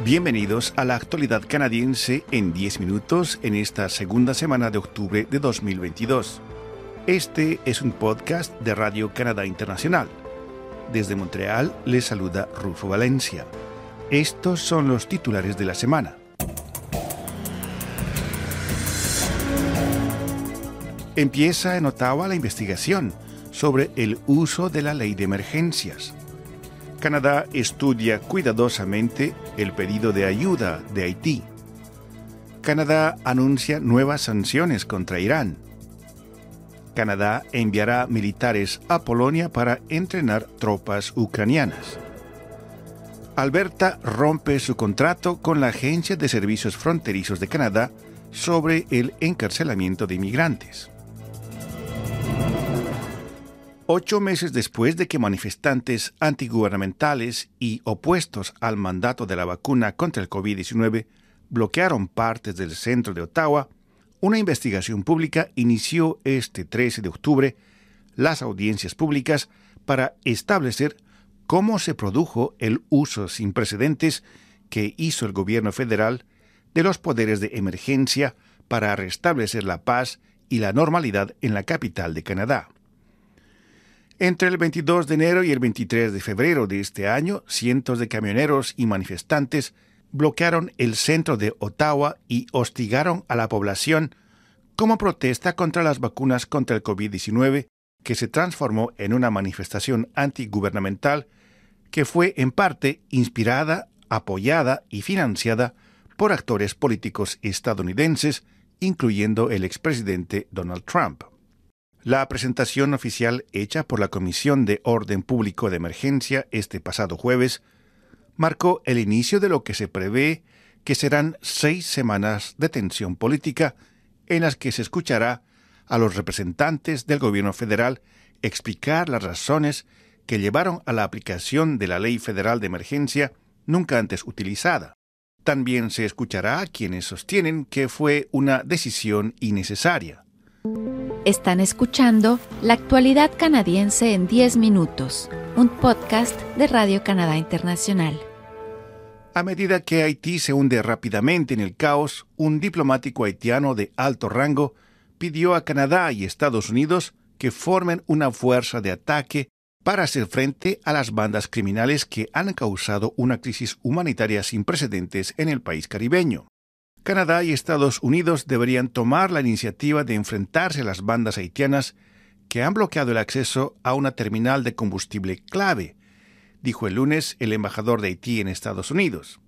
Bienvenidos a la actualidad canadiense en 10 minutos en esta segunda semana de octubre de 2022. Este es un podcast de Radio Canadá Internacional. Desde Montreal les saluda Rufo Valencia. Estos son los titulares de la semana. Empieza en Ottawa la investigación sobre el uso de la ley de emergencias. Canadá estudia cuidadosamente el pedido de ayuda de Haití. Canadá anuncia nuevas sanciones contra Irán. Canadá enviará militares a Polonia para entrenar tropas ucranianas. Alberta rompe su contrato con la Agencia de Servicios Fronterizos de Canadá sobre el encarcelamiento de inmigrantes. 8 meses después de que manifestantes antigubernamentales y opuestos al mandato de la vacuna contra el COVID-19 bloquearon partes del centro de Ottawa, una investigación pública inició este 13 de octubre las audiencias públicas para establecer cómo se produjo el uso sin precedentes que hizo el gobierno federal de los poderes de emergencia para restablecer la paz y la normalidad en la capital de Canadá. Entre el 22 de enero y el 23 de febrero de este año, cientos de camioneros y manifestantes bloquearon el centro de Ottawa y hostigaron a la población como protesta contra las vacunas contra el COVID-19, que se transformó en una manifestación antigubernamental que fue en parte inspirada, apoyada y financiada por actores políticos estadounidenses, incluyendo el expresidente Donald Trump. La presentación oficial hecha por la Comisión de Orden Público de Emergencia este pasado jueves marcó el inicio de lo que se prevé que serán 6 semanas de tensión política en las que se escuchará a los representantes del gobierno federal explicar las razones que llevaron a la aplicación de la Ley Federal de Emergencia nunca antes utilizada. También se escuchará a quienes sostienen que fue una decisión innecesaria. Están escuchando La actualidad canadiense en 10 minutos, un podcast de Radio Canadá Internacional. A medida que Haití se hunde rápidamente en el caos, un diplomático haitiano de alto rango pidió a Canadá y Estados Unidos que formen una fuerza de ataque para hacer frente a las bandas criminales que han causado una crisis humanitaria sin precedentes en el país caribeño. Canadá y Estados Unidos deberían tomar la iniciativa de enfrentarse a las bandas haitianas que han bloqueado el acceso a una terminal de combustible clave, dijo el lunes el embajador de Haití en Estados Unidos.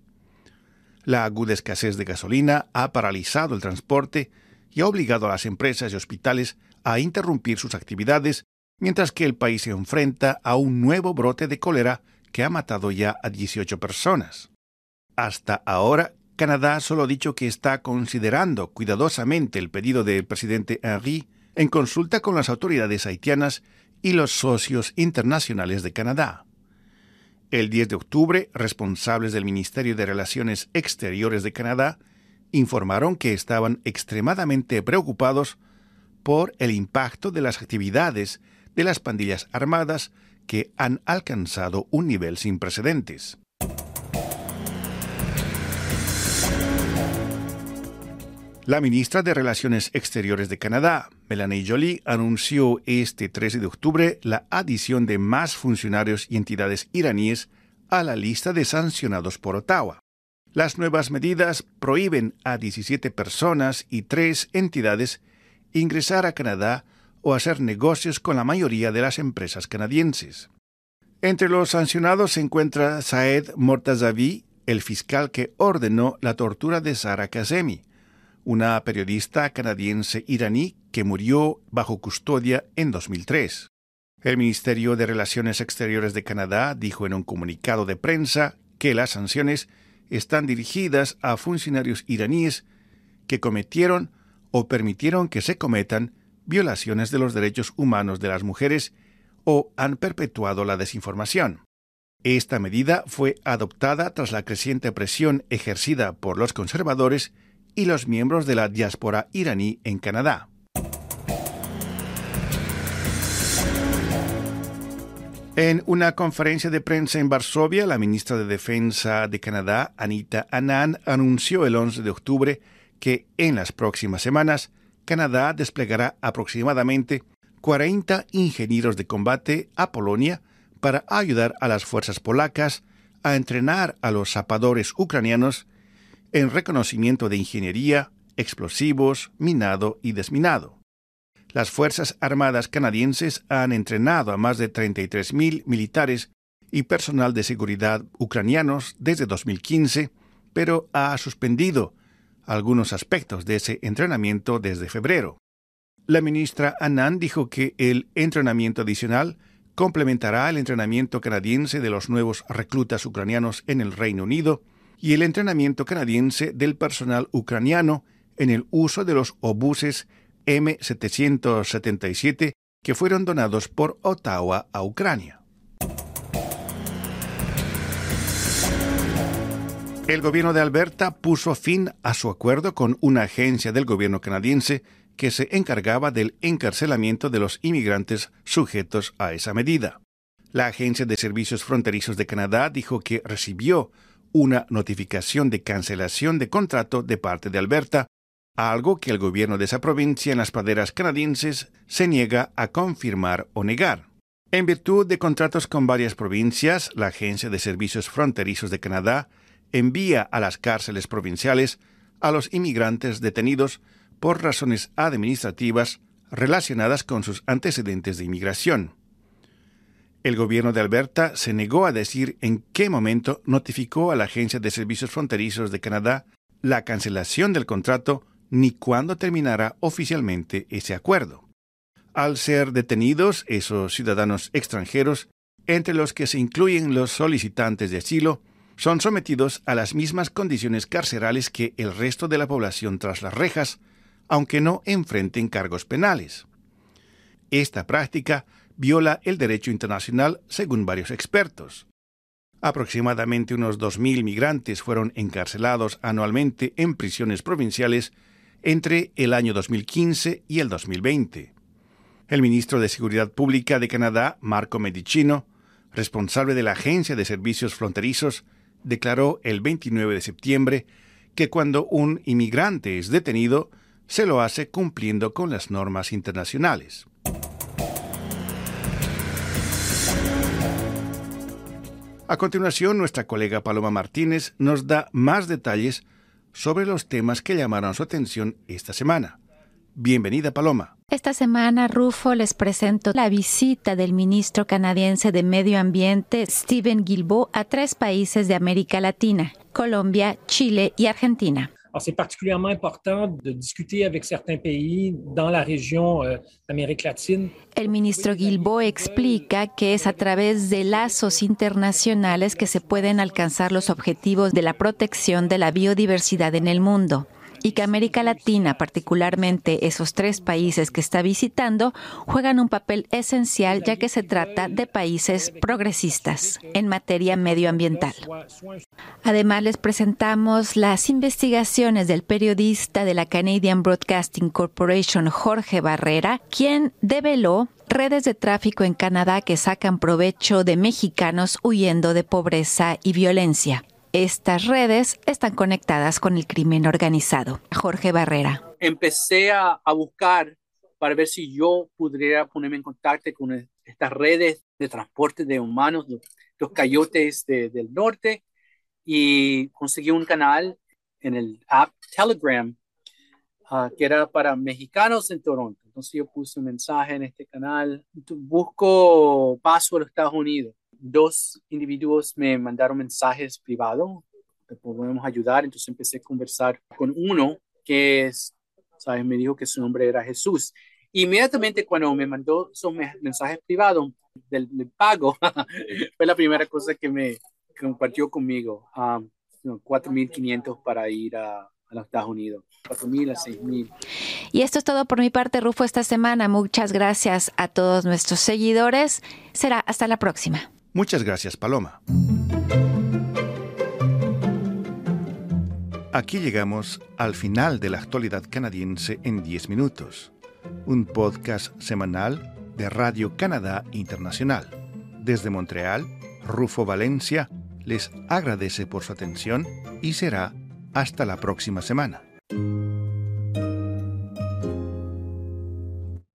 La aguda escasez de gasolina ha paralizado el transporte y ha obligado a las empresas y hospitales a interrumpir sus actividades, mientras que el país se enfrenta a un nuevo brote de cólera que ha matado ya a 18 personas. Hasta ahora, Canadá solo ha dicho que está considerando cuidadosamente el pedido del presidente Henry en consulta con las autoridades haitianas y los socios internacionales de Canadá. El 10 de octubre, responsables del Ministerio de Relaciones Exteriores de Canadá informaron que estaban extremadamente preocupados por el impacto de las actividades de las pandillas armadas que han alcanzado un nivel sin precedentes. La ministra de Relaciones Exteriores de Canadá, Mélanie Joly, anunció este 13 de octubre la adición de más funcionarios y entidades iraníes a la lista de sancionados por Ottawa. Las nuevas medidas prohíben a 17 personas y 3 entidades ingresar a Canadá o hacer negocios con la mayoría de las empresas canadienses. Entre los sancionados se encuentra Saed Mortazavi, el fiscal que ordenó la tortura de Sara Kazemi, una periodista canadiense iraní que murió bajo custodia en 2003. El Ministerio de Relaciones Exteriores de Canadá dijo en un comunicado de prensa que las sanciones están dirigidas a funcionarios iraníes que cometieron o permitieron que se cometan violaciones de los derechos humanos de las mujeres o han perpetuado la desinformación. Esta medida fue adoptada tras la creciente presión ejercida por los conservadores y los miembros de la diáspora iraní en Canadá. En una conferencia de prensa en Varsovia, la ministra de Defensa de Canadá, Anita Anand, anunció el 11 de octubre que en las próximas semanas Canadá desplegará aproximadamente 40 ingenieros de combate a Polonia para ayudar a las fuerzas polacas a entrenar a los zapadores ucranianos en reconocimiento de ingeniería, explosivos, minado y desminado. Las Fuerzas Armadas canadienses han entrenado a más de 33,000 militares y personal de seguridad ucranianos desde 2015, pero ha suspendido algunos aspectos de ese entrenamiento desde febrero. La ministra Anand dijo que el entrenamiento adicional complementará el entrenamiento canadiense de los nuevos reclutas ucranianos en el Reino Unido y el entrenamiento canadiense del personal ucraniano en el uso de los obuses M777 que fueron donados por Ottawa a Ucrania. El gobierno de Alberta puso fin a su acuerdo con una agencia del gobierno canadiense que se encargaba del encarcelamiento de los inmigrantes sujetos a esa medida. La Agencia de Servicios Fronterizos de Canadá dijo que recibió una notificación de cancelación de contrato de parte de Alberta, algo que el gobierno de esa provincia en las praderas canadienses se niega a confirmar o negar. En virtud de contratos con varias provincias, la Agencia de Servicios Fronterizos de Canadá envía a las cárceles provinciales a los inmigrantes detenidos por razones administrativas relacionadas con sus antecedentes de inmigración. El gobierno de Alberta se negó a decir en qué momento notificó a la Agencia de Servicios Fronterizos de Canadá la cancelación del contrato ni cuándo terminará oficialmente ese acuerdo. Al ser detenidos esos ciudadanos extranjeros, entre los que se incluyen los solicitantes de asilo, son sometidos a las mismas condiciones carcerales que el resto de la población tras las rejas, aunque no enfrenten cargos penales. Esta práctica viola el derecho internacional según varios expertos. Aproximadamente unos 2,000 migrantes fueron encarcelados anualmente en prisiones provinciales entre el año 2015 y el 2020. El ministro de Seguridad Pública de Canadá, Marco Medicino, responsable de la Agencia de Servicios Fronterizos, declaró el 29 de septiembre que cuando un inmigrante es detenido, se lo hace cumpliendo con las normas internacionales. A continuación, nuestra colega Paloma Martínez nos da más detalles sobre los temas que llamaron su atención esta semana. Bienvenida, Paloma. Esta semana, Rufo, les presento la visita del ministro canadiense de Medio Ambiente, Steven Guilbeault, a 3 países de América Latina: Colombia, Chile y Argentina. Alors, c'est particulièrement important de discuter avec certains pays dans la région d'Amérique latine. El ministro Guilbeault explica que es a través de lazos internacionales que se pueden alcanzar los objetivos de la protección de la biodiversidad en el mundo, y que América Latina, particularmente esos 3 países que está visitando, juegan un papel esencial ya que se trata de países progresistas en materia medioambiental. Además, les presentamos las investigaciones del periodista de la Canadian Broadcasting Corporation, Jorge Barrera, quien develó redes de tráfico en Canadá que sacan provecho de mexicanos huyendo de pobreza y violencia. Estas redes están conectadas con el crimen organizado. Jorge Barrera. Empecé a buscar para ver si yo pudiera ponerme en contacto con estas redes de transporte de humanos, los coyotes del norte, y conseguí un canal en el app Telegram que era para mexicanos en Toronto. Entonces yo puse un mensaje en este canal: busco paso a los Estados Unidos. 2 individuos me mandaron mensajes privados, te podemos ayudar. Entonces empecé a conversar con uno que me dijo que su nombre era Jesús. Inmediatamente cuando me mandó esos mensajes privados del pago, fue la primera cosa que me compartió conmigo. $4,500 para ir a los Estados Unidos. 4,000 a 6,000. Y esto es todo por mi parte, Rufo, esta semana. Muchas gracias a todos nuestros seguidores. Será hasta la próxima. Muchas gracias, Paloma. Aquí llegamos al final de la actualidad canadiense en 10 minutos, un podcast semanal de Radio Canadá Internacional. Desde Montreal, Rufo Valencia les agradece por su atención y será hasta la próxima semana.